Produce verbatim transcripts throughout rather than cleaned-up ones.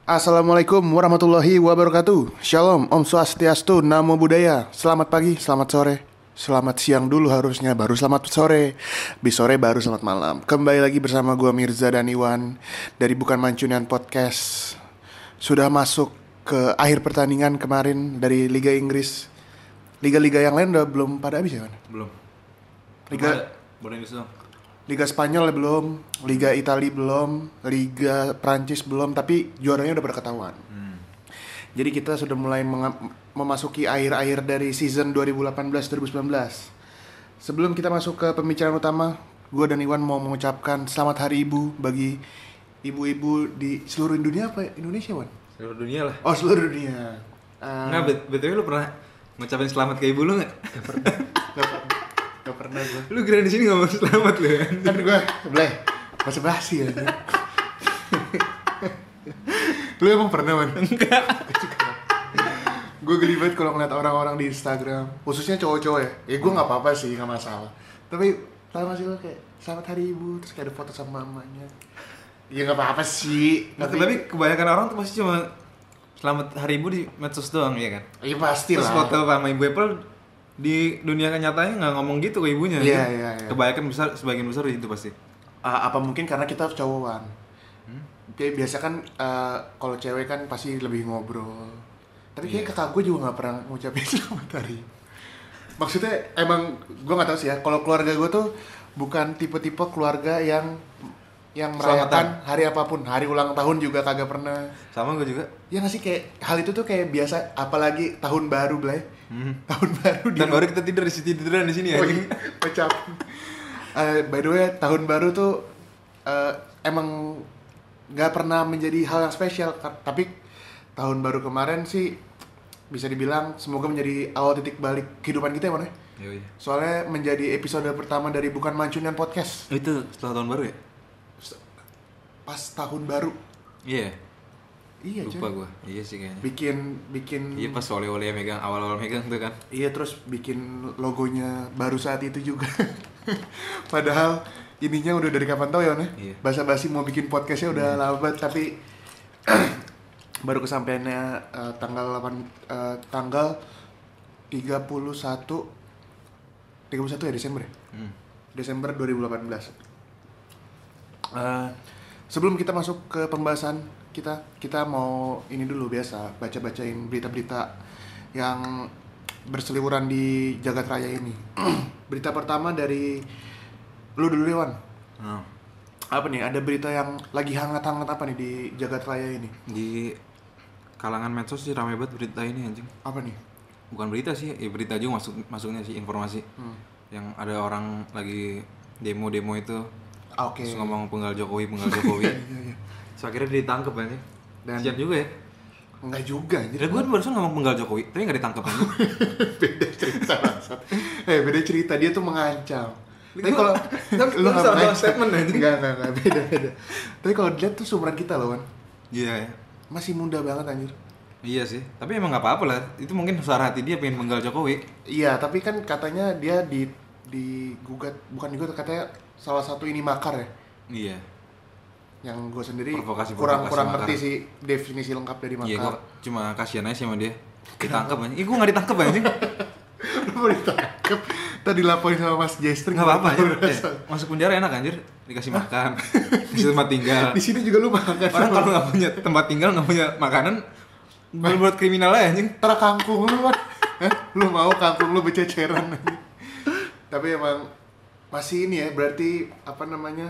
Assalamualaikum warahmatullahi wabarakatuh. Shalom, Om Swastiastu, Namo Buddhaya. Selamat pagi, selamat sore, selamat siang dulu harusnya, baru selamat sore. Bis sore baru selamat malam. Kembali lagi bersama gua Mirza dan Iwan dari Bukan Mancunian Podcast. Sudah masuk ke akhir pertandingan kemarin dari Liga Inggris. Liga-liga yang lain udah belum pada habis ya, kan? Belum. Liga Boleh Inggris dong. Liga Spanyol belum, Liga Italia belum, Liga Prancis belum, tapi juaranya udah pada ketahuan. Hmm. Jadi kita sudah mulai menga- memasuki akhir-akhir dari season dua ribu delapan belas dua ribu sembilan belas. Sebelum kita masuk ke pembicaraan utama, gue dan Iwan mau mengucapkan selamat Hari Ibu bagi ibu-ibu di seluruh dunia apa Indonesia, Wan? Seluruh dunia lah. Oh, seluruh dunia. Uh, Nggak, bet- betul lu pernah ngucapin selamat ke ibu lu nggak? Gak pernah. Gak pernah. Gak pernah gue. Lu kira di sini ngomong selamat lu kan? Kan gue boleh bahasa basi ya. Lu emang pernah, Man? Enggak. Gue geli banget kalau ngeliat orang-orang di Instagram, khususnya cowok-cowok ya. Ya gue nggak apa-apa sih, nggak masalah. Tapi tau gak sih lo kayak selamat hari ibu, terus kayak ada foto sama mamanya. Ya nggak apa-apa sih. Nah, tapi kebanyakan orang tuh pasti cuma selamat hari ibu di medsos doang, ya kan? Iya pasti Terus lah. foto sama ibu Apple di dunia kenyataannya nggak ngomong gitu ke ibunya. Iya, ya? iya, iya. Kebanyakan besar, sebagian besar itu pasti. Uh, apa mungkin karena kita cowokan? Hmm? Kayak biasa kan uh, kalau cewek kan pasti lebih ngobrol. Tapi kayak yeah. kakak gue juga nggak pernah ngucapin selamat hari. Maksudnya emang gue nggak tahu sih ya. Kalau keluarga gue tuh bukan tipe-tipe keluarga yang yang merayakan hari apapun, hari ulang tahun juga kagak pernah. Sama gue juga. Ya nggak sih, kayak hal itu tuh kayak biasa, apalagi tahun baru, Blay. Hmm. Tahun baru. Dan baru kita tidur di sini, tiduran di sini ya. Oh, iya. Pecah. Uh, by the way, tahun baru tuh uh, emang nggak pernah menjadi hal yang spesial, tapi tahun baru kemarin sih bisa dibilang semoga menjadi awal titik balik kehidupan kita ya, Mon. Iya. Soalnya menjadi episode pertama dari Bukan Mancunian Podcast. Itu setelah tahun baru ya? Pas tahun baru. Iya. Iya, lupa gue. Iya sih kayaknya. Bikin bikin Iya pas oleh-oleh megang, awal-awal megang tuh kan. Iya, terus bikin logonya baru saat itu juga. Padahal ininya udah dari kapan tau ya, Nih? Iya. Basa-basi mau bikin podcastnya udah hmm. lama banget, tapi baru kesampaiannya uh, tanggal delapan uh, tanggal tiga puluh satu ya Desember ya? Hmm. Desember dua ribu delapan belas. Uh, sebelum kita masuk ke pembahasan kita, kita mau ini dulu biasa baca-bacain berita-berita yang berseliweran di jagat raya ini. Berita pertama dari lu dulu, Dewan. Hmm. Apa nih? Ada berita yang lagi hangat-hangat apa nih di jagat raya ini? Di kalangan medsos sih ramai banget berita ini, anjing. Apa nih? Bukan berita sih, ya berita juga masuk masuknya sih informasi. Hmm. Yang ada orang lagi demo-demo itu. Oke. Okay. Terus ngomong penggal Jokowi, penggal Jokowi. So akhirnya dia ditangkep aja. Dan siap juga ya? Enggak juga anjir. Ya gue barusan ngomong penggal Jokowi, tapi enggak ditangkep aja. Beda cerita. Eh, beda cerita, dia tuh mengancam. Tapi kalau lu salah statement aja. Enggak, enggak, enggak, beda, beda. Tapi kalau dilihat tuh sumuran kita loh, Wan. Iya ya. Masih muda banget anjir. Iya sih, tapi emang enggak apa-apa lah. Itu mungkin suara hati dia pengen penggal Jokowi. Iya, tapi kan katanya dia di digugat, bukan digugat, katanya salah satu ini makar ya. Iya. Yang gue sendiri provokasi, kurang provokasi kurang makar. ngerti sih definisi lengkap dari makar. Iya, gue cuma kasihan aja sama dia. Ditangkap aja. Ih, gue nggak ditangkap aja. Lu mau ditangkap? Tadi dilaporin sama Mas Jester. Nggak apa-apa aja. Eh, masuk penjara enak anjir. Dikasih makan, dikasih tempat tinggal. Di sini juga lu makan. Orang kalau nggak punya tempat tinggal, nggak punya makanan, buat kriminal aja anjing. Tara kangkung lu kan? Lu mau kangkung lu bececeran. Tapi emang masih ini ya, berarti apa namanya?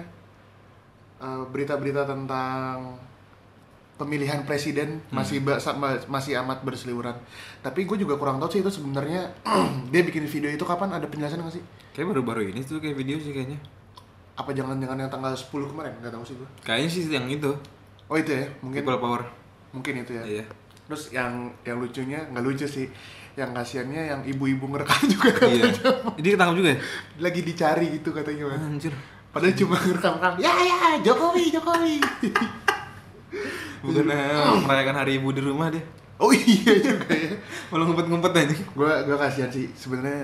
Uh, berita-berita tentang pemilihan presiden hmm. masih ba- masih amat berseliweran. Tapi gue juga kurang tahu sih itu sebenarnya dia bikin video itu kapan, ada penjelasan nggak sih? Kayak baru-baru ini tuh kayak video sih kayaknya. Apa jangan-jangan yang tanggal sepuluh kemarin? Nggak tahu sih gue. Kayaknya sih yang itu. Oh itu ya, mungkin. People Power. Mungkin itu ya. Iya. Terus yang yang lucunya, nggak lucu sih, yang kasiannya yang ibu-ibu ngerekam juga kan. Iya. Jadi ketangkap juga ya? Lagi dicari gitu katanya, Mas. Anjir. Padahal cuma ngerekam-rekam, ya ya Jokowi, Jokowi. Bukan merayakan hari ibu di rumah dia. Oh iya juga ya. Malah ngumpet-ngumpet aja. Gue gue kasihan sih sebenarnya.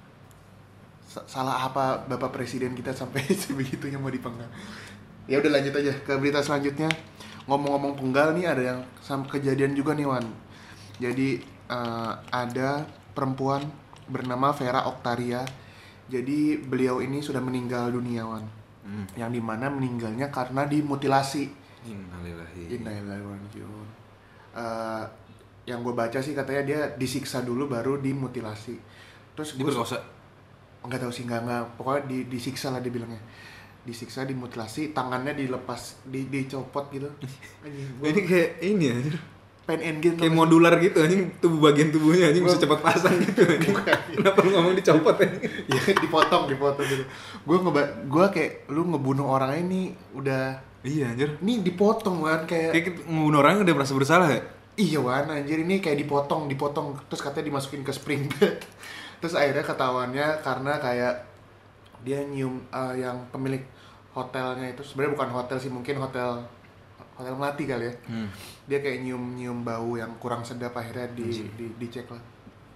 Salah apa Bapak Presiden kita sampai sebegitunya mau dipenggal. Ya udah lanjut aja ke berita selanjutnya. ngomong-ngomong penggal nih, ada yang sama kejadian juga nih Wan. Jadi uh, ada perempuan bernama Vera Oktaria. Jadi beliau ini sudah meninggal dunia Wan. Hmm. Yang dimana meninggalnya karena dimutilasi. Innalillahi. Innalillahi wa inna ilaihi raji'un. Uh, yang gue baca sih katanya dia disiksa dulu baru dimutilasi. Terus gue diperkosa. Enggak tahu sih, enggak enggak. Pokoknya di, disiksa lah dibilangnya. Disiksa, dimutilasi, tangannya dilepas, di, dicopot gitu. Anjing, gua... Ini kayak ini anjir. Pen endgame kayak modular gitu anjing, tubuh bagian tubuhnya anjing bisa cepat pasang gitu anjing. Kenapa lu ngomong dicopot anjing? Ya dipotong, dipotong gitu. Gue ngeba gue kayak lu ngebunuh orang ini udah iya anjir. Ini dipotong kan kayak kayak ngebunuh orang udah merasa bersalah ya? Iya Wan, anjir ini kayak dipotong, dipotong terus katanya dimasukin ke spring bed. Terus akhirnya ketahuannya karena kayak dia nyium uh, yang pemilik hotelnya itu sebenarnya bukan hotel sih, mungkin hotel hotel melati kali ya. Hmm. Dia kayak nyium-nyium bau yang kurang sedap, akhirnya di hmm. di dicek lah.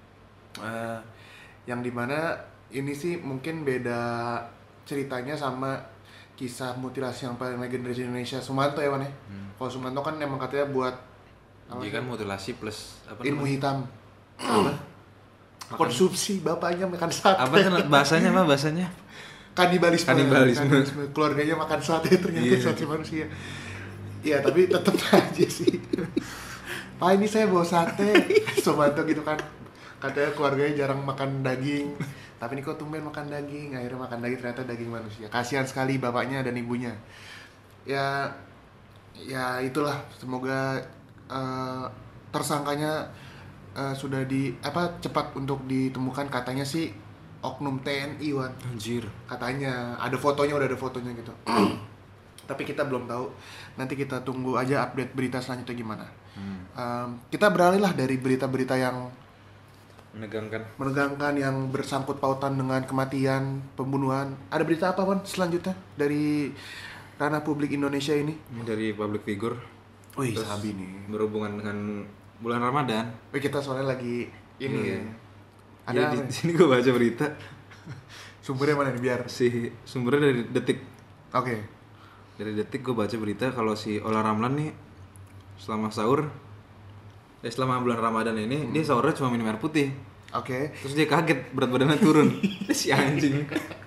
Uh, yang dimana ini sih mungkin beda ceritanya sama kisah mutilasi yang paling legendaris di Indonesia, Sumanto ya Wan ya. Hmm. Kalau Sumanto kan emang katanya buat dia kan mutilasi plus apa ilmu namanya? Hitam. Apa? Konsumsi bapaknya makan sate. Apa tuh bahasanya mah bahasanya? Kanibalisme. Kanibalisme. Kanibalisme. Keluarganya makan sate ternyata yeah. Sate manusia. Iya, tapi tetep aja sih. Pak ini saya bawa sate. Sumanto gitu kan. Katanya keluarganya jarang makan daging. Tapi ini kok tumben makan daging. Akhirnya makan daging ternyata daging manusia. Kasihan sekali bapaknya dan ibunya. Ya ya itulah, semoga uh, tersangkanya uh, sudah di apa cepat untuk ditemukan. Katanya sih oknum T N I Wan. Anjir. Katanya ada fotonya, udah ada fotonya gitu. Tapi kita belum tahu. Nanti kita tunggu aja update berita selanjutnya gimana. Hmm. Um, kita beralih lah dari berita-berita yang menegangkan, menegangkan yang bersangkut pautan dengan kematian, pembunuhan. Ada berita apa Wan selanjutnya dari ranah publik Indonesia ini? Ini dari public figure. Wih, sabi nih. Berhubungan dengan bulan Ramadan. Wih, kita soalnya lagi ini hmm. ya. Ada ya, di sini gue baca berita. Sumbernya mana nih biar? Si sumbernya dari Detik. Oke. Okay. Dari Detik gue baca berita kalau si Olla Ramlan nih selama sahur, eh selama bulan Ramadan ini hmm. dia sahurnya cuma minum air putih. Oke. Okay. Terus dia kaget berat badannya turun. Si anjing.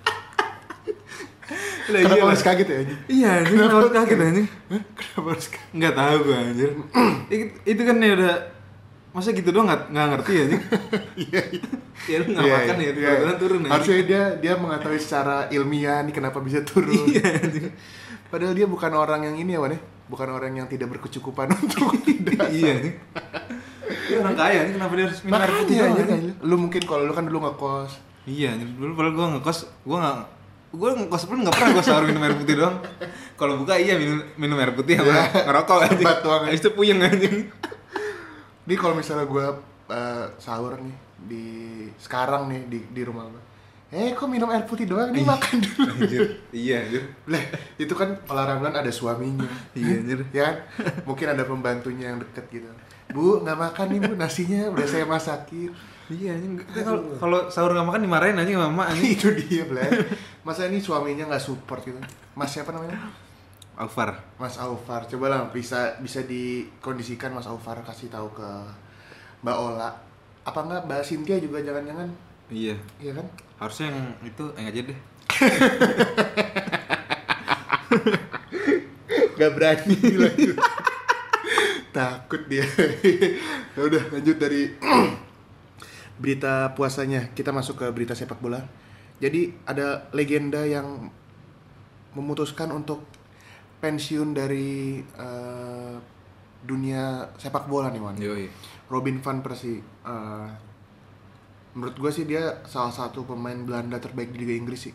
Kenapa iya, harus kaget ya anjing? Iya anjing, kenapa harus kaget anjing? Kenapa harus kaget? Nggak tahu gue anjir. It, itu kan ya udah, masa gitu doang nggak nggak ngerti ya anjing? Iya. Ya lu nggak makan ya, berat badan turun anjing. Harusnya dia dia mengetahui secara ilmiah nih kenapa bisa turun. Iya anjing. Padahal dia bukan orang yang ini ya Wan ya, bukan orang yang tidak berkecukupan untuk tidak. Iya nih. Dia orang kaya nih, kenapa dia harus minum air putih aja? Lu mungkin kalau lu kan dulu ngekos. Iya, dulu padahal gua ngekos, gua enggak gua ngekos pun enggak pernah gua sahur minum air putih doang. Kalau buka iya minum minum air putih sama yeah. ngerokok aja. Habis itu puyeng anjing. Ini kalau misalnya gua uh, sahur nih di sekarang nih di di rumah gua. Eh kok minum air putih doang, ini makan dulu. Anjir. Iya anjir. Lah, itu kan olahraga ada suaminya. Iya anjir. Ya kan? Mungkin ada pembantunya yang deket gitu. Bu, nggak makan nih Bu, nasinya udah saya masakin. Iya anjing. Kalau kalau sahur nggak makan dimarahin anjing sama emak anjing. Itu dia, Blay. Masa ini suaminya nggak support gitu. Mas siapa namanya? Aufar. Mas Aufar. Coba lah bisa bisa dikondisikan Mas Aufar kasih tahu ke Mbak Ola. Apa enggak Mbak Cynthia juga jangan-jangan? Iya. Iya kan? Harusnya yang itu yang aja deh. Gak berani lagi. Takut dia. Ya udah lanjut dari berita puasanya, kita masuk ke berita sepak bola. Jadi ada legenda yang memutuskan untuk pensiun dari uh, dunia sepak bola nih Wan. Yoi. Robin van Persie. Uh, menurut gue sih dia salah satu pemain Belanda terbaik di Liga Inggris sih.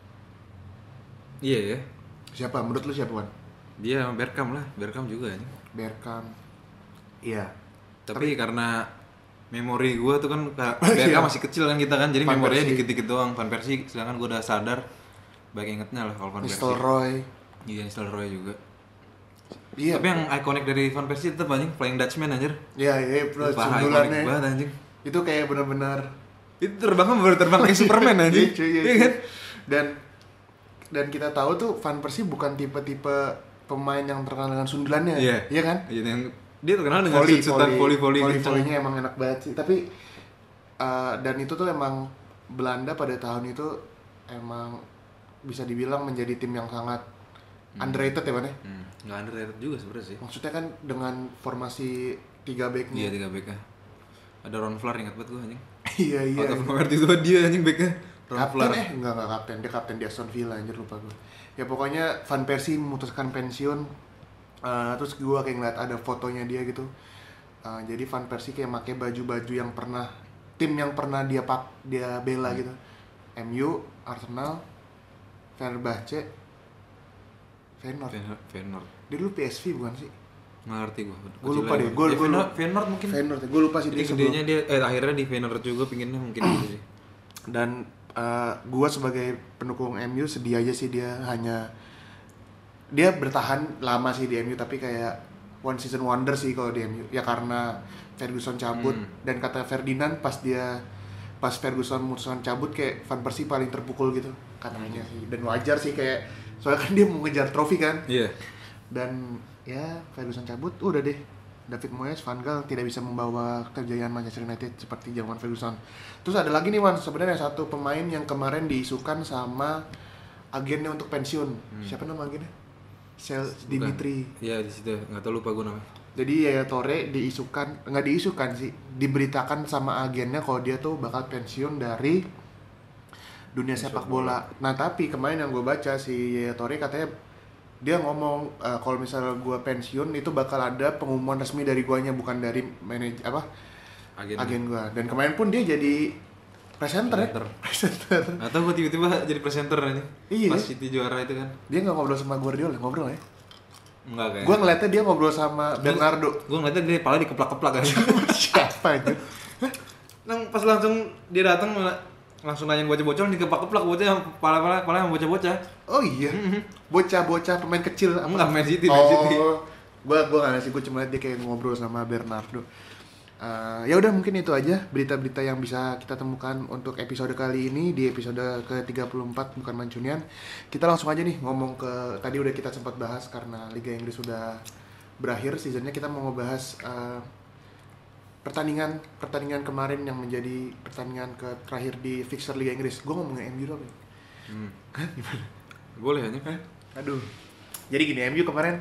Iya ya. Siapa? Menurut lu siapa Wan? Dia Bergkamp lah, Bergkamp juga ya. Bergkamp. Iya. Tapi, Tapi karena memori gue tuh kan Bergkamp masih kecil kan kita kan, jadi Van memorinya Persie. Dikit-dikit doang. Van Persie, sedangkan gue udah sadar, baik ingetnya lah kalau Van Persie. Nistelrooy. Iya, Nistelrooy juga. Iya. Tapi yang ikonik dari Van Persie tetap anjing Flying Dutchman anjir. Iya, iya, bro, sundulannya. Banget anjing. Itu kayak benar-benar itu terbang kan baru terbang kayak Superman anjing. Iya, iya, iya kan? Dan dan kita tahu tuh Van Persie bukan tipe-tipe pemain yang terkenal dengan sundulannya, iya yeah. kan? Iya, yang dia terkenal dengan shoot-shootan volley-volley. Volley-volleynya emang enak banget sih. Tapi uh, dan itu tuh emang Belanda pada tahun itu emang bisa dibilang menjadi tim yang sangat hmm. underrated ya, Bang? Hmm. Nggak underrated juga sebenarnya sih. Maksudnya kan dengan formasi tiga back-nya. Iya, tiga back-nya. Ada Ron Vlaar, ingat banget gue anjing. Iya, iya. Out of nowhere itu dia anjing back-nya. Kapten eh enggak enggak kapten, dia kapten di Aston Villa anjir, lupa gue. Ya pokoknya Van Persie memutuskan pensiun. Uh, terus gue kayak ngeliat ada fotonya dia gitu. Uh, jadi Van Persie kayak pakai baju-baju yang pernah tim yang pernah dia pak dia bela gitu. M U, Arsenal, Fenerbahce, Feyenoord. Feyenoord. Dia dulu P S V bukan sih? Nggak ngerti gue. Gue lupa deh. Gue gue Feyenoord mungkin. Feyenoord. Gue lupa sih. Jadi gedenya dia eh akhirnya di Feyenoord juga pinginnya mungkin gitu sih. Dan uh, gue sebagai pendukung M U sedih aja sih dia hanya dia bertahan lama sih di M U tapi kayak one season wonder sih kalau di M U. Ya karena Ferguson cabut hmm. dan kata Ferdinand pas dia pas Ferguson memutuskan cabut kayak Van Persie paling terpukul gitu katanya sih. Dan wajar sih kayak soalnya kan dia mau ngejar trofi kan. Iya. Yeah. Dan ya Ferguson cabut udah deh. David Moyes, Van Gaal tidak bisa membawa kejayaan Manchester United seperti zaman Ferguson. Terus ada lagi nih Wan, sebenarnya satu pemain yang kemarin diisukan sama agennya untuk pensiun. Hmm. Siapa nama agennya? Sel Dimitri. Iya di situ, nggak tahu lupa gue namanya. Jadi Yaya Toure diisukan, nggak diisukan sih, diberitakan sama agennya kalau dia tuh bakal pensiun dari dunia sepak bola. Nah tapi kemarin yang gue baca si Yaya Toure katanya dia ngomong uh, kalau misalnya gue pensiun itu bakal ada pengumuman resmi dari guanya, bukan dari manajer apa agen, agen gue. Dan kemarin pun dia jadi presenter ya? Presenter. Atau gue tiba-tiba jadi presenter aja. Iya. Pas City juara itu kan. Dia nggak ngobrol sama Guardiola, ngobrol ya? Enggak kayak. Gue ngeliatnya dia ngobrol sama Bernardo. Gue ngeliatnya dia pala dikeplak-keplak kan. Siapa itu? Nang pas langsung dia datang langsung nanya bocah-bocah dikeplak-keplak bocah pala-pala pala yang bocah-bocah. Oh iya. Bocah-bocah pemain kecil apa? Enggak, main City, main City. Oh. Gua gua enggak sih, gua cuma lihat dia kayak ngobrol sama Bernardo. Uh, ya udah mungkin itu aja berita-berita yang bisa kita temukan untuk episode kali ini di episode ke tiga puluh empat bukan Mancunian. Kita langsung aja nih ngomong ke tadi udah kita sempat bahas karena Liga Inggris sudah berakhir seasonnya, kita mau ngebahas uh, pertandingan pertandingan kemarin yang menjadi pertandingan ke terakhir di fixture Liga Inggris. Gue ngomongin M U dong. Hmm. Hah, gimana? Boleh aja. Hah? Aduh. Jadi gini, M U kemarin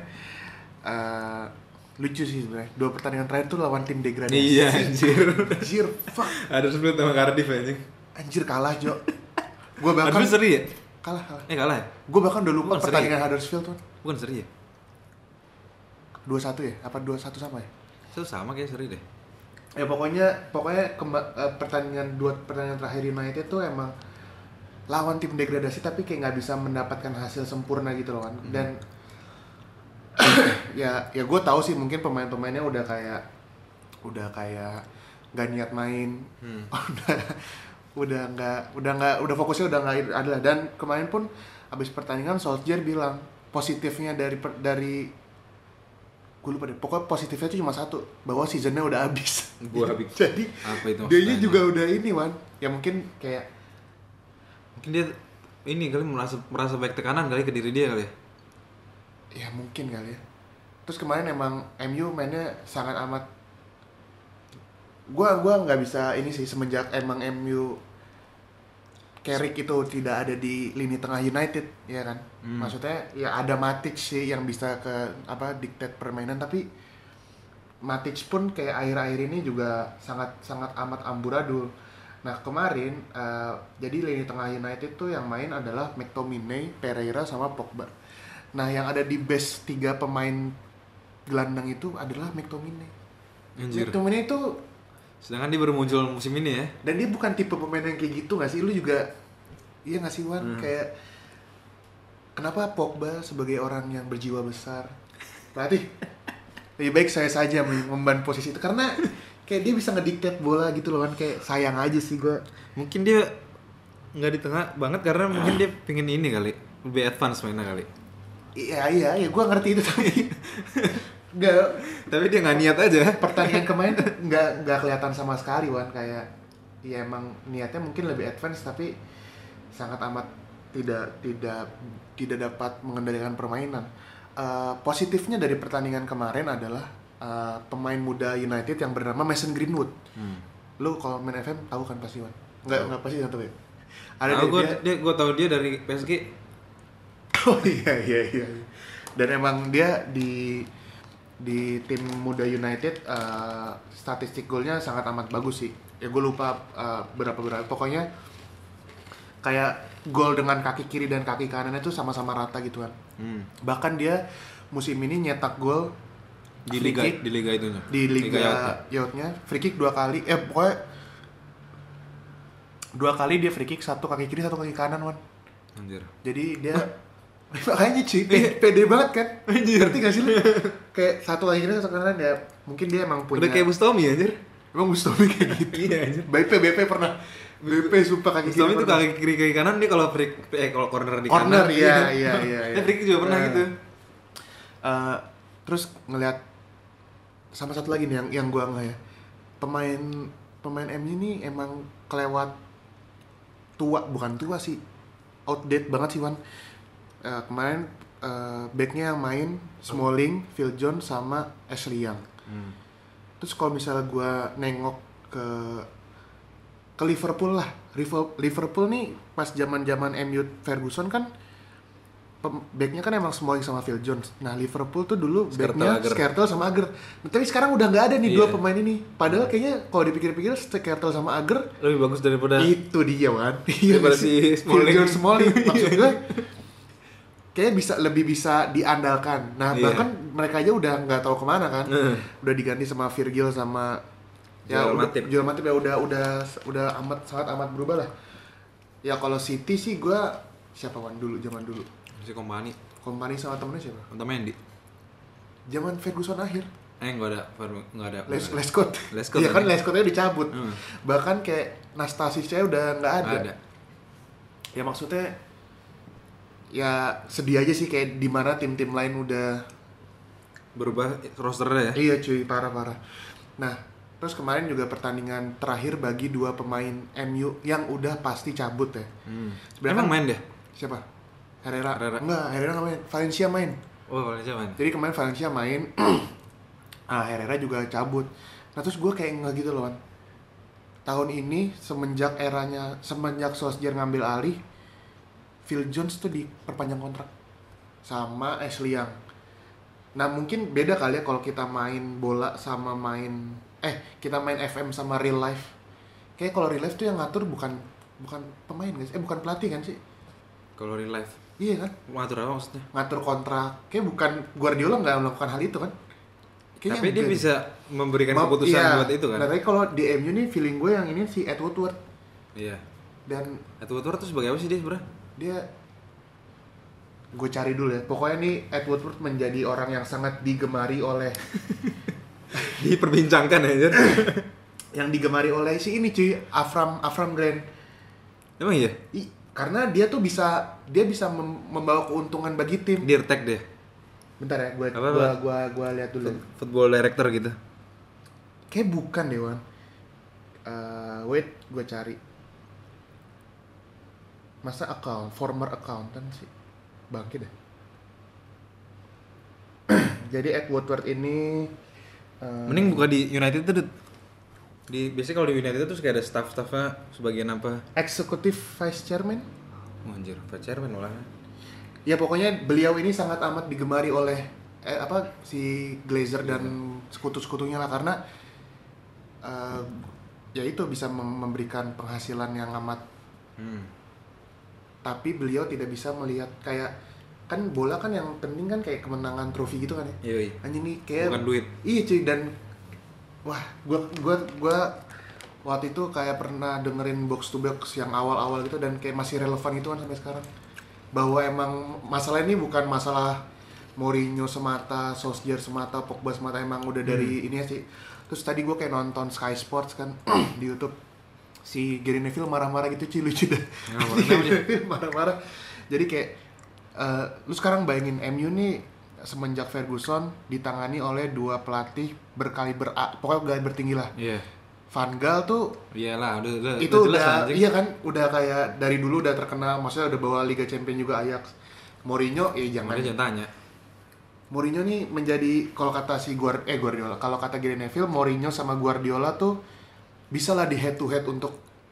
uh, lucu sih sebenarnya. Dua pertandingan terakhir tuh lawan tim degradasi. Iya, anjir. Anjir, fuck. Ada sebelum sama Cardiff anjing. Anjir kalah, Jo. Gue bahkan Aduh, seri ya? Kalah, kalah. Eh, kalah ya? Gue bahkan udah lupa Bukan pertandingan seri. Huddersfield tuh. Bukan seri ya? dua satu ya? Apa dua satu sama ya? Itu sama kayak seri deh. Ya pokoknya pokoknya kemba- uh, pertandingan dua pertandingan terakhir United tuh emang lawan tim degradasi tapi kayak nggak bisa mendapatkan hasil sempurna gitu loh kan. Hmm. Dan ya ya gue tahu sih mungkin pemain-pemainnya udah kayak udah kayak nggak niat main. Hmm. udah udah nggak udah nggak udah fokusnya udah nggak adalah. Dan kemarin pun abis pertandingan Solskjaer bilang positifnya dari dari gue lupa deh, pokoknya positifnya itu cuma satu, bahwa seasonnya udah habis. Gua habis. Jadi dia juga udah ini Wan, ya mungkin kayak mungkin dia ini kali merasa merasa baik tekanan kali ke diri dia kali. Ya mungkin kali ya. Terus kemarin emang M U mainnya sangat amat, gua gua nggak bisa ini sih semenjak emang M U Carrick itu tidak ada di lini tengah United, ya kan? Hmm. Maksudnya ya ada Matic sih yang bisa ke apa diktat permainan, tapi Matic pun kayak akhir-akhir ini juga sangat sangat amat amburadul. Nah kemarin uh, jadi lini tengah United tuh yang main adalah McTominay, Pereira sama Pogba. Nah yang ada di base tiga pemain gelandang itu adalah McTominay. Anjir. McTominay itu sedangkan dia baru muncul musim ini ya. Dan dia bukan tipe pemain yang kayak gitu gak sih? Lu juga iya gak sih Wan? Hmm. Kayak kenapa Pogba sebagai orang yang berjiwa besar berarti lebih baik saya saja memban posisi itu, karena kayak dia bisa ngediktet bola gitu loh kan. Kayak sayang aja sih gue. Mungkin dia gak di tengah banget karena mungkin dia pengen ini kali, lebih advance mainnya kali. Iya iya iya gue ngerti itu tapi Nggak, tapi dia nggak niat aja. Pertandingan kemarin nggak nggak kelihatan sama sekali Wan, kayak ya emang niatnya mungkin lebih advance tapi sangat amat tidak tidak tidak dapat mengendalikan permainan. uh, positifnya dari pertandingan kemarin adalah uh, pemain muda United yang bernama Mason Greenwood. Hmm. Lu kalau main F M tahu kan pasti Wan? Enggak, enggak pasti tahu ya. Ada nah, gue dia, gue tahu dia dari P S G. Oh iya iya iya. Dan emang dia di di tim muda United uh, statistik golnya sangat amat bagus sih. Ya gue lupa uh, berapa berapa. Pokoknya kayak gol dengan kaki kiri dan kaki kanannya tuh sama-sama rata gitu kan. Hmm. Bahkan dia musim ini nyetak gol di liga kick, di liga itunya. Di liga, liga yachtnya free kick dua kali. Eh pokoknya dua kali dia free kick, satu kaki kiri, satu kaki kanan, Wan. Anjir. Jadi dia makanya cuy, pede banget kan? Anjir. Ngerti gak sih lu? Kayak satu kaki kiri, satu kaki kanan ya. Mungkin dia emang punya. Udah kayak Bustomi anjir. Emang Bustomi kayak gitu. Iya anjir. B P B P pernah. B P sumpah kaki kiri. Bustomi itu kaki kiri kaki kanan, dia kalau free eh kalau corner di corner, kanan. Corner iya iya iya. Dia free kick juga pernah gitu. Uh, terus ngelihat sama satu lagi nih yang yang gua enggak ya. Pemain pemain M U ini emang kelewat tua, bukan tua sih. Outdated banget sih, Wan. Uh, kemarin uh, backnya yang main Smalling, Phil Jones sama Ashley Young. Hmm. Terus kalau misalnya gue nengok ke ke Liverpool lah, Liverpool nih pas zaman-zaman M U Ferguson kan backnya kan emang Smalling sama Phil Jones. Nah Liverpool tuh dulu backnya Skrtel sama Ager. Nah, tapi sekarang udah nggak ada nih yeah. dua pemain ini. Padahal kayaknya kalau dipikir-pikir Skrtel sama Ager lebih bagus daripada itu dia kan. Daripada si Smalling. Phil Jones Smalling maksud gue. Kayaknya bisa lebih bisa diandalkan. Nah yeah. bahkan mereka aja udah nggak tahu kemana kan. Uh. Udah diganti sama Virgil sama ya Joel udah, Matip. Joel Matip ya udah udah udah amat sangat amat berubah lah. Ya kalau City sih gue siapa Wan dulu zaman dulu. Si Kompani. Kompani sama temennya siapa? Otamendi. Zaman Ferguson akhir. Eh nggak ada, nggak ada. Les Lescott. Lescott. Iya kan Lescottnya dicabut. Hmm. Bahkan kayak Nastasisnya udah nggak ada. ada. Ya maksudnya ya sedih aja sih kayak di mana tim-tim lain udah berubah rosternya ya. Iya cuy, parah-parah. Nah, terus kemarin juga pertandingan terakhir bagi dua pemain M U yang udah pasti cabut ya. Hmm. Emang main deh? Siapa? Herrera. Herrera. Enggak, Herrera nggak main. Valencia main. Oh, Valencia main. Jadi kemarin Valencia main. Ah, Herrera juga cabut. Nah, terus gue kayak nggak gitu loh, Wan. Tahun ini semenjak eranya semenjak Solskjaer ngambil alih, Phil Jones tuh diperpanjang kontrak sama Ashley Young. Nah, mungkin beda kali ya kalau kita main bola sama main eh, kita main F M sama real life. Kayak kalau real life tuh yang ngatur bukan bukan pemain guys. Eh, bukan pelatih kan sih? Kalau real life. Iya kan? Ngatur apa maksudnya? Ngatur kontrak. Kayak bukan Guardiola nggak melakukan hal itu kan? Kayaknya tapi dia enggak. Bisa memberikan Ma- keputusan iya. buat itu kan? Nah, tapi kalau di M U nih feeling gue yang ini si Ed Woodward. Iya. Dan Ed Woodward tuh sebagai apa sih dia sebenarnya? Dia gue cari dulu ya. Pokoknya nih Ed Woodward menjadi orang yang sangat digemari oleh diperbincangkan aja. Yang digemari oleh si ini cuy, Avram Avram Grant. Emang iya? I, karena dia tuh bisa dia bisa mem- membawa keuntungan bagi tim. Dia tag deh. Bentar ya, gue gua gua gua lihat dulu. Football director gitu. Kayak bukan deh, Wan. Uh, wait, gue cari. Masa account, former accountant sih. Bangkit deh. Jadi Ed Woodward ini uh, mending buka di United tuh. Di biasanya kalau di United itu kayak ada staff-staffnya sebagian apa? Executive Vice Chairman. Oh, anjir, Vice Chairman malah. Ya pokoknya beliau ini sangat amat digemari oleh eh, apa si Glazer dan yeah. sekutu-sekutunya lah karena uh, ya itu bisa mem- memberikan penghasilan yang amat. Hmm. Tapi beliau tidak bisa melihat kayak kan bola kan yang penting kan kayak kemenangan trofi gitu kan ya. Iya. iya. Anjing nih kayak bukan duit. Iya cuy dan wah, gua gua gua waktu itu kayak pernah dengerin box to box yang awal-awal gitu dan kayak masih relevan itu kan sampai sekarang. Bahwa emang masalah ini bukan masalah Mourinho semata, Solskjaer semata, Pogba semata, emang udah dari hmm. ini sih. Terus tadi gue kayak nonton Sky Sports kan di YouTube si Gary Neville marah-marah gitu cuy, lucu dah. Ya, marah-marah. Jadi kayak uh, lu sekarang bayangin M U nih semenjak Ferguson ditangani oleh dua pelatih berkaliber A, pokoknya gak bertinggi lah. Iya. Yeah. Van Gaal tuh iyalah udah, udah itu udah, udah jelas, iya kan udah kayak dari dulu udah terkenal, maksudnya udah bawa Liga Champions juga Ajax. Mourinho ya jangan jangan tanya. Mourinho nih menjadi kalau kata si Guard eh Guardiola, kalau kata Gary Neville, Mourinho sama Guardiola tuh bisa lah di head to head untuk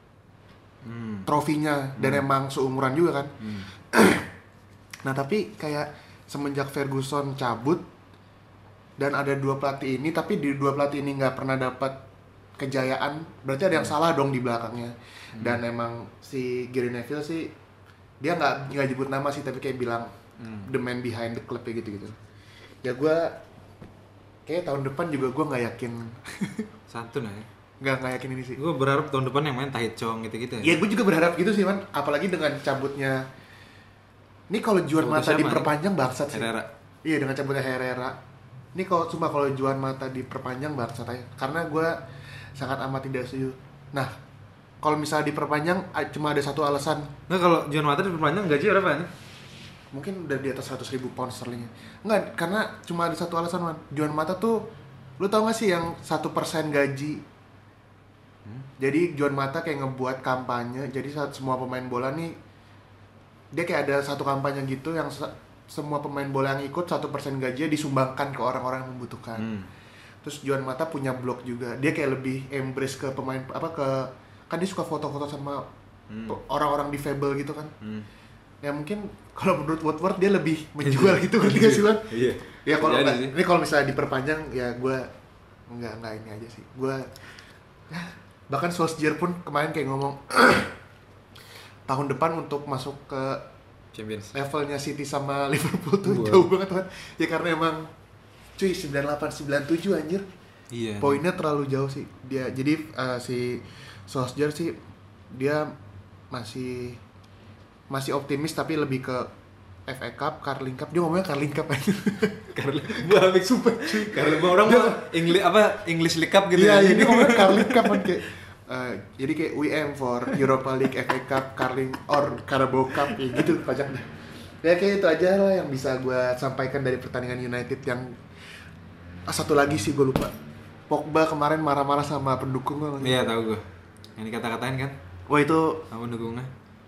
hmm. trofinya dan hmm. emang seumuran juga kan. Hmm. Nah tapi kayak semenjak Ferguson cabut dan ada dua pelatih ini, tapi di dua pelatih ini nggak pernah dapat kejayaan, berarti ada yang hmm. salah dong di belakangnya. Hmm. Dan emang si Gary Neville sih dia nggak nggak nyebut nama sih, tapi kayak bilang hmm. the man behind the club kayak gitu-gitu. Ya gue kayak tahun depan juga gue nggak yakin. Santun aja. Nggak nggak yakin ini sih. Gue berharap tahun depan yang main Tahith Chong gitu-gitu. Ya, ya gue juga berharap gitu sih man. Apalagi dengan cabutnya. Ini kalau Juan Mata diperpanjang bangsat sih. Herrera. Iya dengan cabutnya Herrera. Ini kalau cuma kalau Juan Mata diperpanjang bangsat aja. Karena gue sangat amat tidak setuju. Nah kalau misalnya diperpanjang cuma ada satu alasan. Nah kalau Juan Mata diperpanjang gaji berapa nih? Mungkin udah di atas seratus ribu pound sterling. Enggak, karena cuma ada satu alasan man. Juan Mata tuh, lu tau gak sih yang satu persen gaji? Hmm? Jadi Juan Mata kayak ngebuat kampanye. Jadi saat semua pemain bola nih, dia kayak ada satu kampanye gitu yang se- semua pemain bola yang ikut satu persen gajinya disumbangkan ke orang-orang yang membutuhkan. Hmm. Terus Juan Mata punya blog juga. Dia kayak lebih embrace ke pemain apa ke kan dia suka foto-foto sama hmm. orang-orang difabel gitu kan. Hmm. Ya mungkin kalau menurut Woodward dia lebih menjual gitu kan dia sih kan. Iya. Ya kalau ini kalau misalnya diperpanjang ya gue enggak enggak ini aja sih. Gue ya, bahkan Solskjaer pun kemarin kayak ngomong tahun depan untuk masuk ke Champions levelnya City sama Liverpool tuh wow. jauh banget kan. Ya karena emang cuy sembilan puluh delapan sembilan puluh tujuh anjir. Iya. Poinnya terlalu jauh sih. Dia jadi uh, si Solskjaer sih dia masih masih optimis tapi lebih ke F A Cup, Carling Cup. Dia ngomongnya Carling Cup aja. Carling. Gua habis super. Karena orang mah English apa English League Cup gitu ya. Iya, ini ngomongnya Carling Cup kan kayak uh, jadi kayak W M for Europa League, F A Cup, Carling or Carabao Cup kayak gitu pajak deh. Ya kayak itu aja lah yang bisa gua sampaikan dari pertandingan United yang ah, satu lagi sih gua lupa. Pogba kemarin marah-marah sama pendukung gua. Iya, tahu gua. Yang dikata-katain kan? Wah, itu sama pendukungnya.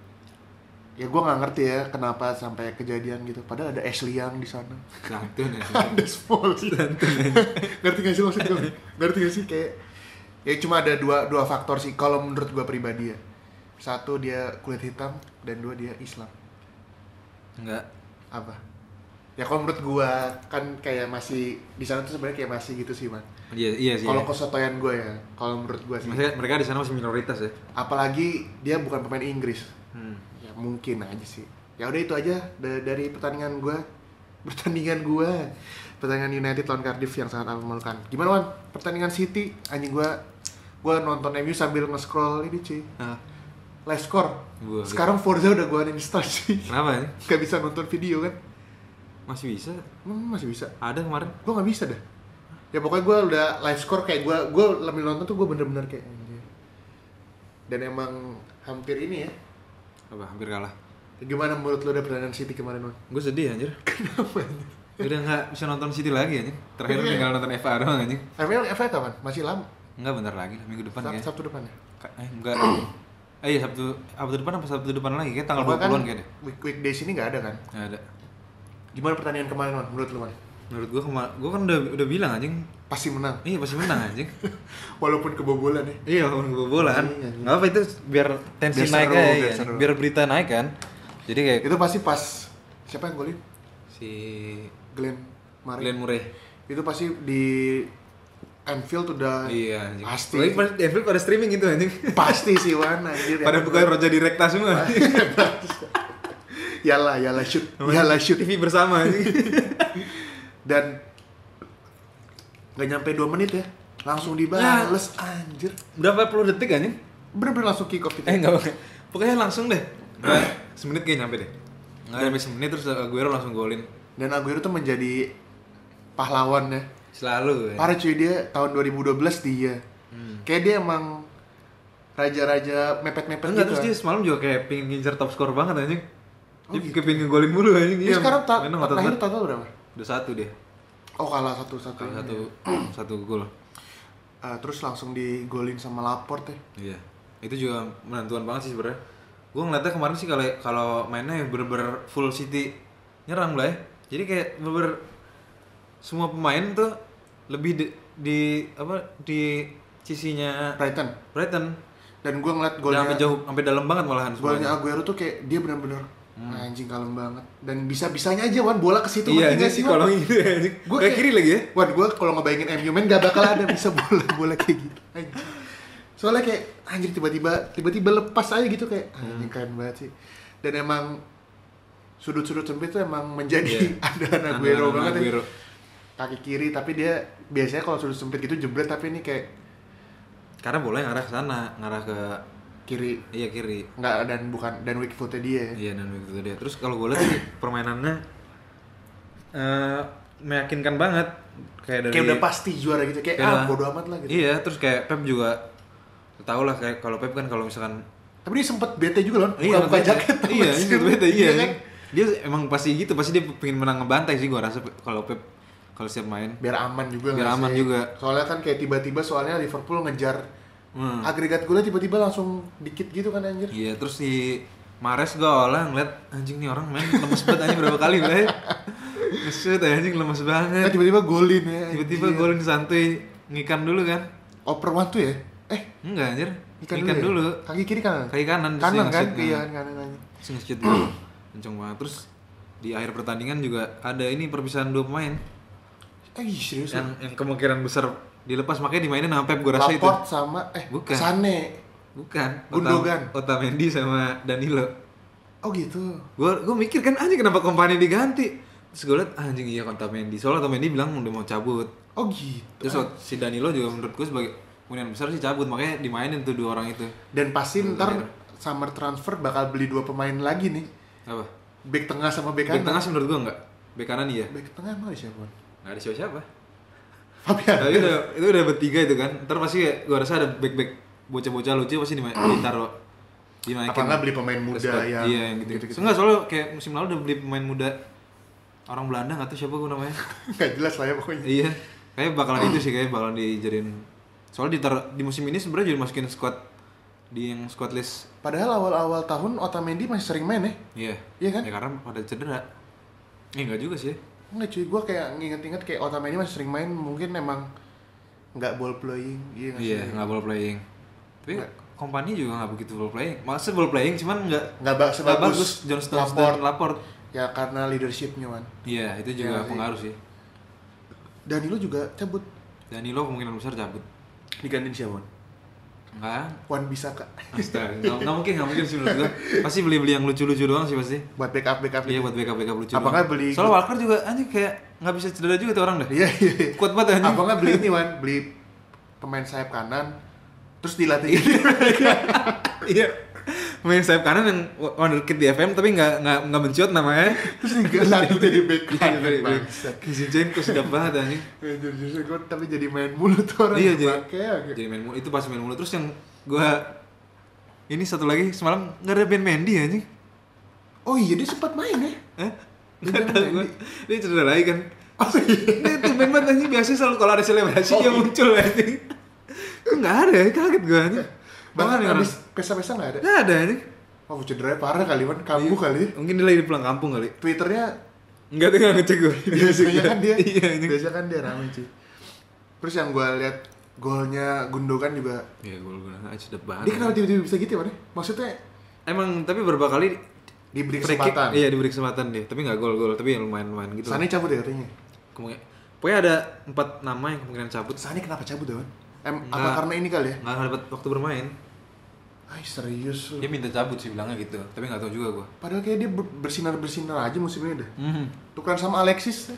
Ya gue nggak ngerti ya kenapa sampai kejadian gitu. Padahal ada Ashley Young di sana. Santun ya. Ada small sih. Ngerti nggak sih maksud gue? Ngerti nggak sih kayak ya cuma ada dua dua faktor sih kalau menurut gue pribadi ya. Satu dia kulit hitam dan dua dia Islam. Enggak. Apa? Ya kalau menurut gue kan kayak masih di sana tuh sebenarnya kayak masih gitu sih man. Iya iya sih. Kalau ya. kesotoyan gue ya. Kalau menurut gue sih. Maksudnya mereka di sana masih minoritas ya. Apalagi dia bukan pemain Inggris. Hmm. Ya mungkin aja sih. Ya udah itu aja d- dari pertandingan gue. Pertandingan gue. Pertandingan United lawan Cardiff yang sangat memalukan. Gimana Wan? Pertandingan City anjing gue gue nonton M U sambil nge-scroll ini cuy. Nah. Live score. Gua, sekarang Forza udah gue uninstall sih. Kenapa ya? Gak bisa nonton video kan? Masih bisa? Hmm, masih bisa. Ada kemarin? Gue gak bisa dah. Ya pokoknya gue udah live score kayak gue gue lebih nonton tuh gue bener-bener kayak anjir. Dan emang hampir ini ya. Apa? Hampir kalah. Gimana menurut lo udah pertandingan City kemarin, Man? Gue sedih anjir. Kenapa anjir? Udah gak bisa nonton City lagi anjir. Terakhir okay. tinggal nonton F A doang anjir. F A F A kapan? Masih lama? Enggak, bentar lagi, minggu depan Sab- kayaknya. Sabtu depan ya? Eh, enggak. Eh iya, Sabtu, Sabtu depan apa Sabtu depan lagi? Kayak tanggal dua puluhan kayaknya. Week weekdays ini enggak ada kan? Enggak ada. Gimana pertandingan kemarin, Man? Menurut lo, Man? Menurut gua kemarin, gua kan udah udah bilang anjing pasti menang. Iya, pasti menang anjing. Walaupun kebobolan ya. Iya, walaupun kebobolan. Enggak apa itu biar tensi biar naik seru, aja biar, ya. Biar berita naik kan. Jadi kayak itu pasti pas siapa yang golin? Si Glenn Murray. Glenn Murray. Itu pasti di Anfield udah iya, anjing. Pasti. Lagi pas di Anfield pada streaming gitu anjing. Pasti sih Wan anjir. Pada buka Roja Direkta semua. Yalah, yalah shoot. Yalah shoot T V bersama anjing. Dan enggak nyampe dua menit ya. Langsung dibales nah, anjir. Berapa puluh detik anjing? Bener-bener langsung kick off gitu. Eh enggak boleh. Pokoknya langsung deh. Nah, semenit kayak nyampe deh. Enggak sampai semenit terus Aguero langsung golin. Dan Aguero tuh menjadi pahlawan ya. Selalu ya. Parah cuy, dia tahun dua ribu dua belas dia. Hmm. Kayak dia emang raja-raja mepet-mepet enggak, gitu. Terus kan. Dia semalam juga kayak pengen ngincer top score banget anjing. Oh, dia gitu. Pengen ngegolin mulu anjing. Dia sekarang ta- terakhir total berapa? Udah satu dia. Oh kalah satu-satu. Kalah satu satu gol. Uh, terus langsung digolin sama Laporte ya. Iya. Itu juga menentuan banget sih sebenarnya. Gue ngeliatnya kemarin sih kalau kalau mainnya bener-bener full City nyerang lah ya. Jadi kayak bener-bener semua pemain tuh lebih di, di apa di sisinya Brighton. Brighton. Dan gue ngeliat golnya sampai jauh, sampai dalam banget malahan. Golnya Aguero tuh kayak dia benar-benar hmm. anjing kalem banget. Dan bisa-bisanya aja Wan bola ke situ. Iya aja sih kalau gitu anjing. Gue kayak kiri lagi ya. Wan gue kalau ngebayangin M U men gak bakal ada bisa bola-bola kayak gitu. Anjing. Soalnya kayak anjing tiba-tiba tiba-tiba lepas aja gitu kayak anjing keren banget sih. Dan emang sudut-sudut sempit tuh emang menjadi yeah. andalan Aguero banget ya. Kaki kiri tapi dia biasanya kalau sudut sempit gitu jebret tapi ini kayak karena bola yang arah ke sana, ngarah ke kiri. Iya kiri. Enggak dan bukan dan weak footnya dia. Iya dan weak footnya dia. Terus kalau gue lihat sih permainannya uh, meyakinkan banget kayak dari kayak udah pasti juara gitu kayak, kayak ah bodo amat lah gitu. Iya, terus kayak Pep juga tau lah kayak kalau Pep kan kalau misalkan tapi dia sempet bete juga loh. Iya, buka jaket. Iya, sempet bete iya. Kan? Dia emang pasti gitu, pasti dia pengen menang ngebantai sih gua rasa kalau Pep kalau siap main biar aman juga biar aman sih? juga soalnya kan kayak tiba-tiba soalnya Liverpool ngejar hmm. agregat golnya tiba-tiba langsung dikit gitu kan anjir. Iya terus si Mahrez gua olah ngeliat anjing nih orang main lemes banget anjing berapa kali lah ngesut anjing lemes banget nah, tiba-tiba golin ya tiba-tiba golin santuy ngikan dulu kan oper one ya eh enggak anjir ngikan, ngikan dulu, dulu. Ya? Kaki kiri kanan kaki kanan kanan kan iya kanan aja ngesut dulu kenceng banget. Terus di akhir pertandingan juga ada ini perpisahan dua pemain. Eh serius? Yang, yang kemungkinan besar dilepas makanya dimainin sama Pep gue rasa itu. Laporte sama eh bukan. Sané. Bukan. Gundogan. Ota, Otamendi sama Danilo. Oh gitu. Gue gue mikir kan anjing kenapa Kompany diganti. Terus gue liat anjing iya Otamendi. Soalnya Otamendi bilang udah mau cabut. Oh gitu. Terus ah. si Danilo juga menurut gue sebagai kemungkinan besar sih cabut makanya dimainin tuh dua orang itu. Dan pasti ntar summer transfer bakal beli dua pemain lagi nih. Apa? Back tengah sama back kanan. Back tengah sih menurut gue enggak. Back kanan iya. Back tengah emang ada siapa? Enggak ada siapa-siapa. Fabian. Nah, itu udah itu udah bertiga itu kan. Ntar pasti gue rasa ada back-back bocah-bocah lucu pasti dimain ditaruh. Dimainin. Apa enggak beli pemain muda yang iya yang gitu-gitu. Enggak soalnya kayak musim lalu udah beli pemain muda orang Belanda enggak tahu siapa gue namanya. Enggak jelas lah ya pokoknya. Iya. Kayak bakalan itu sih kayak bakalan dijadiin. Soalnya ditaruh di musim ini sebenarnya jadi masukin squad di yang squad list. Padahal awal-awal tahun Otamendi masih sering main ya? Iya. Iya kan? Ya karena pada cedera. Eh enggak juga sih. Enggak cuy, gue kayak nginget-inget kayak Otamendi masih sering main, mungkin emang nggak ball playing. Iya nggak Iya, nggak ball playing. Tapi Kompany juga nggak begitu ball playing. Maksudnya ball playing cuman nggak nggak bagus, bagus. John Stones dan Laporte. Ya karena leadershipnya kan. Iya, itu juga ya, pengaruh sih. Danilo juga cabut. Danilo kemungkinan besar cabut. Digantiin siapa? Enggak. Wan bisa kak. Astaga, nggak, nggak mungkin, nggak mungkin sih menurut gue. Pasti beli-beli yang lucu-lucu doang sih pasti. Buat backup backup. Iya, buat backup backup lucu. Apa nggak beli? Soalnya Walker juga anjing kayak nggak bisa cedera juga tuh orang dah. Iya iya. Kuat banget anjing. Apa nggak beli ini Wan? Beli pemain sayap kanan, terus dilatih. Iya. Main sayap kanan yang wonderkid di F M tapi nggak nggak nggak menciut namanya. Terus dilatih jadi back kanan. Zinchenko sedap banget anjing. Zinchenko tapi jadi main mulu tuh orang. Iya jadi. Jadi main mulu itu pasti main mulu terus yang gua ini satu lagi semalam nggak ada Ben Mendy anjing. Oh iya dia sempat main ya? Eh? Nggak tahu gua. Dia cedera lagi kan. Oh iya. Dia tuh main banget anjing biasanya selalu kalau ada selebrasi oh, dia muncul anjing. Kok nggak ada ya kaget gua anjing. Bahkan habis pesta-pesta nggak ada? Nggak ada anjing. Oh cederanya parah kali Wan, kambuh iya. kali. Mungkin dia lagi pulang kampung kali. Twitternya nggak tuh nggak ngecek gue. Biasanya kan dia, iya, biasanya kan dia ramai sih. Terus yang gue lihat golnya Gundogan juga. Iya gol Gundogan sedap banget. Dia kenapa tiba-tiba bisa gitu ya? Maksudnya? Emang tapi beberapa kali diberi kesempatan. Iya diberi kesempatan dia, tapi nggak gol-gol, tapi lumayan-lumayan gitu. Sané cabut ya katanya. Kemungkinan. Pokoknya ada empat nama yang kemungkinan cabut. Sané kenapa cabut ya? Em, apa karena ini kali ya? Nggak dapat waktu bermain. Ay serius lu. Dia minta cabut sih bilangnya gitu, tapi nggak tahu juga gua. Padahal kayak dia bersinar-bersinar aja musim ini dah. Mm-hmm. Tukeran sama Alexis.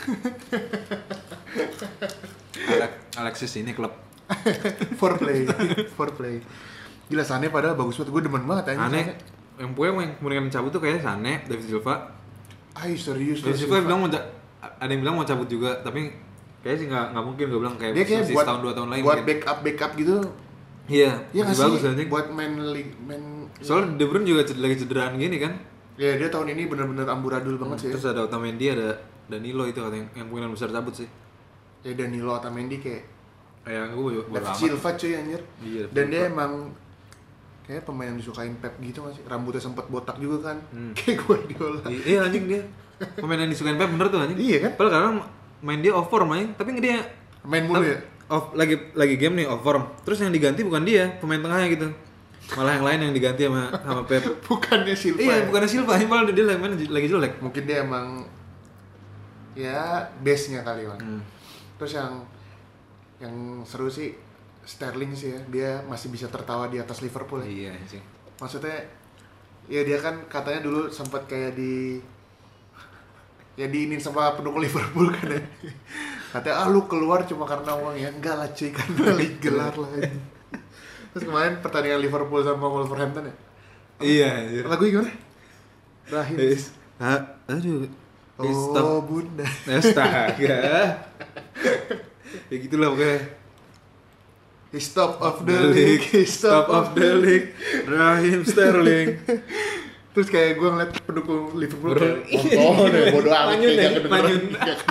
Alexis ini klub. For play, for play. Gila Sané padahal bagus banget, gue demen banget aja. Sané, yang pokoknya yang kemungkinan cabut tuh kayaknya Sané, David Silva. Ay serius. David Silva bilang mau ada yang bilang mau cabut juga, tapi kayaknya sih nggak nggak mungkin gue bilang kayak dia kayak buat, setahun dua tahun lagi. Buat mungkin. backup backup gitu. Iya, ya, masih bagus anjing. Buat main league, main. Soalnya De Bruyne juga lagi cederaan gini kan. Iya, dia tahun ini benar-benar amburadul banget hmm, sih. Terus ada Otamendi, ada Danilo itu katanya yang kemungkinan besar cabut sih. Ya Danilo, Otamendi kayak kayak gue juga David Silva cuy anjir. Iya, dan dia emang kayak pemain yang disukain Pep gitu nggak sih? Rambutnya sempet botak juga kan. Hmm. Kayak Guardiola. Iya anjing dia. Pemain yang disukain Pep bener tuh anjing. Iya kan? Padahal karena main dia off form main, tapi dia main mulu ya. Off lagi lagi game nih off form. Terus yang diganti bukan dia, pemain tengahnya gitu. Malah yang lain yang diganti sama sama Pep. Bukannya Silva. Iya, ya? bukannya Silva, malah dia lagi main lagi jelek. Mungkin dia emang ya base-nya kali kan. Hmm. Terus yang yang seru sih Sterling sih ya, dia masih bisa tertawa di atas Liverpool ya. Iya sih. Maksudnya ya dia kan katanya dulu sempat kayak di ya diinin sama pendukung Liverpool kan ya. Katanya ah lu keluar cuma karena uang ya. Enggak lah cuy, karena Liga gelar lah. Terus kemarin pertandingan Liverpool sama Wolverhampton ya. Iya, iya. Lagunya gimana? Rahim. Ah, aduh. Oh, bunda. Astaga. Ya gitulah pokoknya. He stop of the league, he stop of the league, Raheem Sterling. Terus kayak gue ngeliat pendukung Liverpool kayak oh deh, bodo amat kayak gak kedengeran.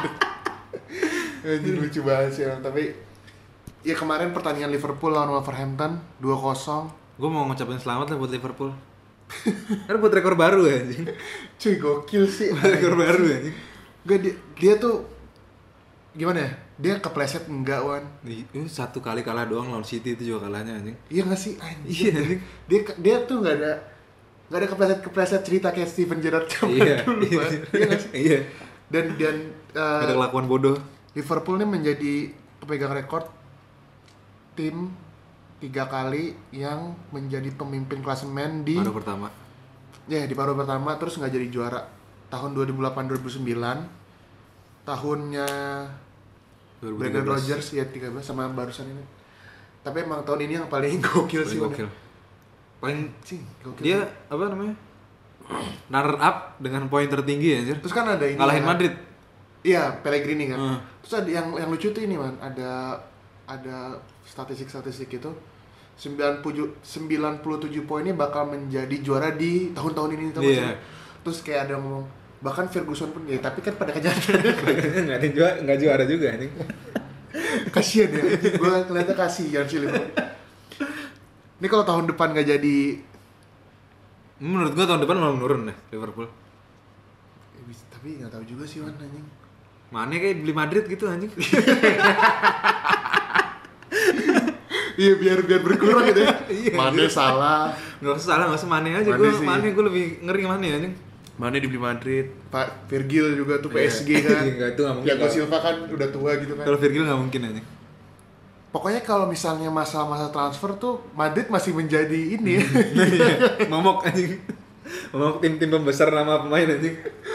Ini lucu banget sih, tapi ya kemarin pertandingan Liverpool lawan Wolverhampton dua kosong. Gue mau ngucapin selamat lah buat Liverpool. Karena buat rekor baru ya anjing. Cuy gokil sih. Rekor baru ya anjing. Gak, dia, dia tuh gimana ya? Dia kepleset enggak, Wan? Itu satu kali kalah doang lawan City itu juga kalahnya anjing. Iya gak sih? Anjing. Iya anjing. Dia dia tuh gak ada gak ada kepleset-kepleset cerita kayak Steven Gerrard zaman iya, dulu, iya, Wan. Iya gak sih? Iya. Dan dan uh, ada kelakuan bodoh. Liverpool ini menjadi pemegang rekor tim tiga kali yang menjadi pemimpin klasemen di paruh pertama. Ya, di paruh pertama terus nggak jadi juara. Tahun dua ribu delapan dua ribu sembilan tahunnya Brendan Rodgers ya tiga belas sama barusan ini. Tapi emang tahun ini yang paling gokil sih. Gokil. Paling sih gokil. Dia sih. Apa namanya? Runner up dengan poin tertinggi anjir. Terus kan ada ini. Ngalahin kan? Madrid. Iya, Pellegrini kan. Hmm. Terus ada yang yang lucu tuh ini, Man. Ada ada statistik-statistik itu sembilan puluh tujuh poinnya bakal menjadi juara di tahun-tahun ini tahu yeah. Terus kayak ada ngomong bahkan Ferguson pun ya tapi kan pada kejadian nggak ada juara nggak juara juga nih. Kasian ya, gue kelihatan kasihan sih Liverpool. Ini kalau tahun depan nggak jadi, menurut gue tahun depan malah menurun deh Liverpool. Ya, tapi nggak tahu juga sih Wan anjing. Mana kayak beli Madrid gitu anjing. Iya biar biar berkurang gitu ya. Iya, Mane salah. Nggak usah salah, nggak usah Mane aja. Gue Mane gue lebih ngeri Mane anjing. Mane dibeli Madrid. Pak Virgil juga tuh P S G kan. Enggak itu nggak mungkin. Thiago Silva kan udah tua gitu kan. Kalau Virgil nggak mungkin anjing. Pokoknya kalau misalnya masa-masa transfer tuh Madrid masih menjadi ini. Momok anjing. Momok tim-tim pembesar nama pemain anjing.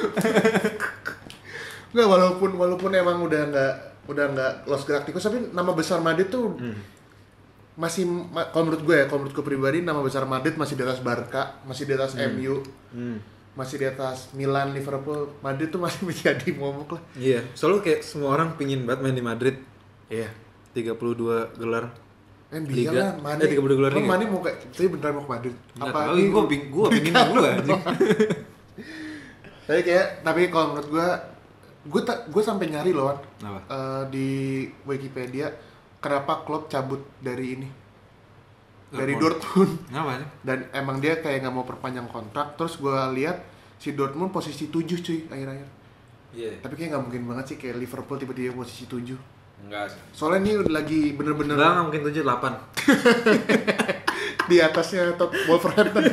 Enggak, walaupun walaupun emang udah nggak udah nggak Los Galacticos tapi nama besar Madrid tuh hmm. masih, kalau menurut gue ya, kalau menurut gue pribadi nama besar Madrid masih di atas Barca, masih di atas hmm. M U, hmm. masih di atas Milan, Liverpool. Madrid tuh masih menjadi momok lah. Iya, selalu kayak semua orang pingin banget main di Madrid. Iya. tiga puluh dua gelar. Kan dia lah, Mane. Eh, tiga puluh dua gelar. Oh, Mane mau kayak, tapi beneran mau ke Madrid. Nggak apa? Tahu, gue ping, gue pingin dulu anjing. Tapi kayak, tapi kalau menurut gue, gue tak, gue sampai nyari loh, uh, di Wikipedia. Kenapa Klopp cabut dari ini? Dari Dortmund. Kenapa sih? Dan emang dia kayak nggak mau perpanjang kontrak. Terus gue lihat si Dortmund posisi tujuh cuy akhir-akhir. Iya. Yeah. Tapi kayak nggak mungkin banget sih kayak Liverpool tiba-tiba posisi tujuh. Enggak sih. Soalnya ini lagi bener-bener. Enggak, nggak mungkin tujuh, delapan. Di atasnya top Wolverhampton.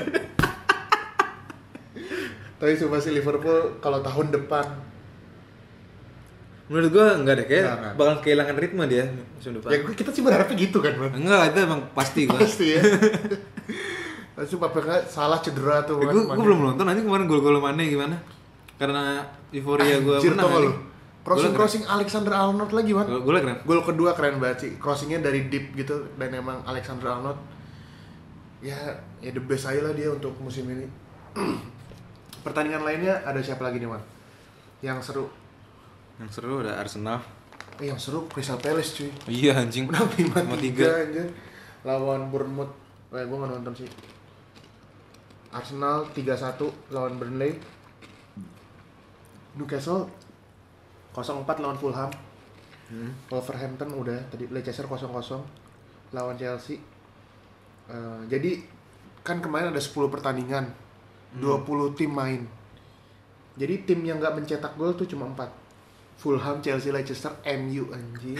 Tapi coba sih Liverpool kalau tahun depan. Menurut gua enggak deh, kayak nah, bakal kehilangan ritme dia musim depan. Ya kita sih berharapnya gitu kan, Man. Enggak, itu emang pasti gua. Pasti ya. Lalu Papeka salah cedera tuh. Ya, gua, gua belum nonton aja kemarin gol-gol Mane gimana. Karena euforia gua menang aja. Crossing-crossing Alexander Arnold lagi, Man. Gol keren. Gol kedua keren banget sih. Crossingnya dari deep gitu dan emang Alexander Arnold ya ya the best aja lah dia untuk musim ini. Pertandingan lainnya ada siapa lagi nih, Man? Yang seru. Yang seru ada Arsenal. Eh yang seru Crystal Palace cuy. Iya anjing. Menang lima tiga anjing. Lawan Bournemouth. Eh gua enggak nonton sih. Arsenal tiga satu lawan Burnley. Newcastle nol empat lawan Fulham. Hmm. Wolverhampton udah tadi Leicester nol nol lawan Chelsea. Uh, jadi kan kemarin ada sepuluh pertandingan. Hmm. dua puluh tim main. Jadi tim yang enggak mencetak gol tuh cuma empat. Fulham, Chelsea, Leicester, M U anjir.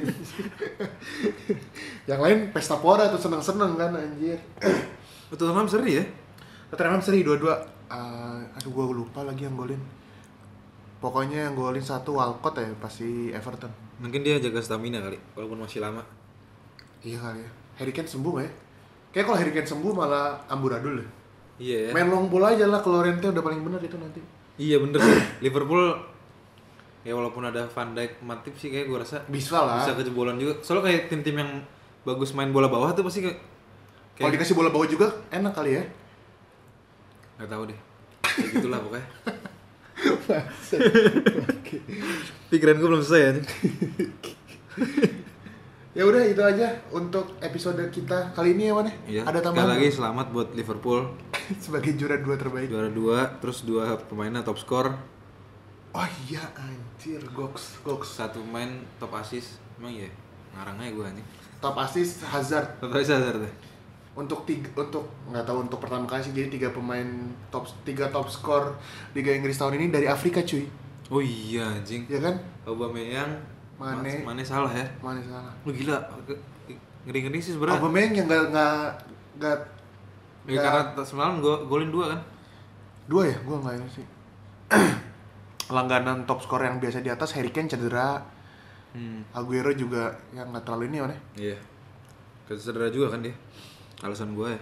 Yang lain pesta pora tuh seneng-seneng kan anjir. Tottenham seri ya? Tottenham seri dua-dua. Uh, aduh gua lupa lagi yang golin. Pokoknya yang golin satu Walcott ya pasti Everton. Mungkin dia jaga stamina kali, walaupun masih lama. Iya kali ya. Harry Kane sembuh gak ya? Kayak kalau Harry Kane sembuh malah amburadul ya. Iya ya. Main long ball aja lah, kalau Llorente udah paling bener itu nanti. Iya bener sih. Liverpool ya walaupun ada Van Dijk, Matip sih kayak gue rasa bisa lah. Bisa kejebolan juga. Soalnya kayak tim-tim yang bagus main bola bawah tuh pasti kayak, kayak kalau dikasih bola bawah juga enak kali ya. Gak tahu deh. Kayak gitulah pokoknya. Pikiran gue belum selesai ya. Ya udah itu aja untuk episode kita kali ini ya Wan. Iya. Ada tambahan lagi selamat buat Liverpool sebagai juara dua terbaik. Juara dua, terus dua pemainnya top skor. Oh iya anjir, goks, goks. Satu pemain top assist. Emang iya? Ngarang aja gue anjing. Top assist Hazard. Top assist Hazard deh. Untuk tiga, untuk nggak tahu untuk pertama kali sih, jadi tiga pemain top tiga top skor Liga Inggris tahun ini dari Afrika cuy. Oh iya anjing. Ya kan? Aubameyang, Mane. Mane salah ya? Mane salah. Lu gila. Ngeri-ngeri sih sebenarnya. Aubameyang yang nggak nggak nggak. Ya, karena semalam gue golin dua kan? Dua ya? Gue nggak ini sih. Langganan top skor yang biasa di atas, Harry Kane cedera. Hmm. Aguero juga yang nggak terlalu ini ya. Iya. Cedera juga kan dia. Alasan gue ya.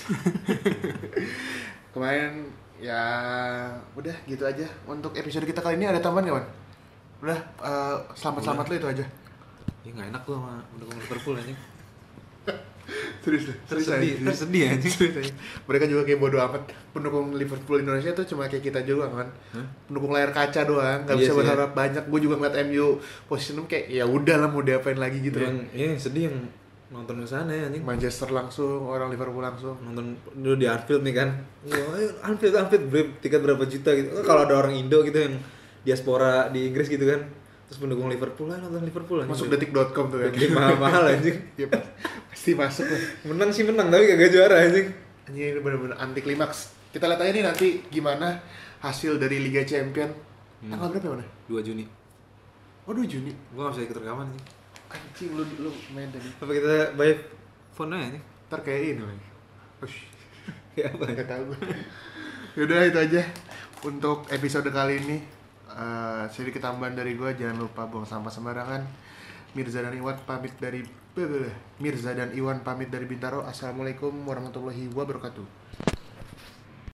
Kemarin ya udah gitu aja untuk episode kita kali ini. Ada tambahan nggak, Wan? Udah, uh, selamat-selamat lo itu aja. Ya nggak enak gue sama mendukung Liverpool anjing. Serius deh, serius sedih, tersedih anjing. Mereka juga kayak bodo amat. Pendukung Liverpool Indonesia tuh cuma kayak kita juga kan. Huh? Pendukung layar kaca doang, nggak iya bisa berharap ya. Banyak. Gue juga ngeliat M U posisi enam kayak ya udah lah mau diapain lagi gitu. Yang iya sedih yang nonton ke sana ya anjing. Manchester langsung, orang Liverpool langsung. Nonton dulu di Anfield nih kan. Wah, ayo Anfield, Anfield tiket berapa juta gitu. Kalau ada orang Indo gitu yang diaspora di Inggris gitu kan. Terus pendukung Liverpool lah, nonton Liverpool anjing. Masuk detik dot com tuh kan. Game mahal-mahal anjing. Iya, pasti masuk lah. Menang sih menang tapi kagak juara anjing. Anjing ini bener-bener anti klimaks. Kita lihat aja nih nanti gimana hasil dari Liga Champion. Hmm. Tanggal berapa ya, Mana? dua Juni. Oh, dua Juni. Gua enggak bisa ikut rekaman anjing. Anjing lu lu main tadi. Apa kita buy phone-nya anjing? Ntar kayak ini lagi. Ush. Ya apa? Enggak tahu gua. Yaudah itu aja untuk episode kali ini. Uh, sedikit tambahan dari gue, jangan lupa buang sampah sembarangan. Mirza dan Iwan pamit dari Mirza dan Iwan pamit dari Bintaro. Assalamualaikum warahmatullahi wabarakatuh.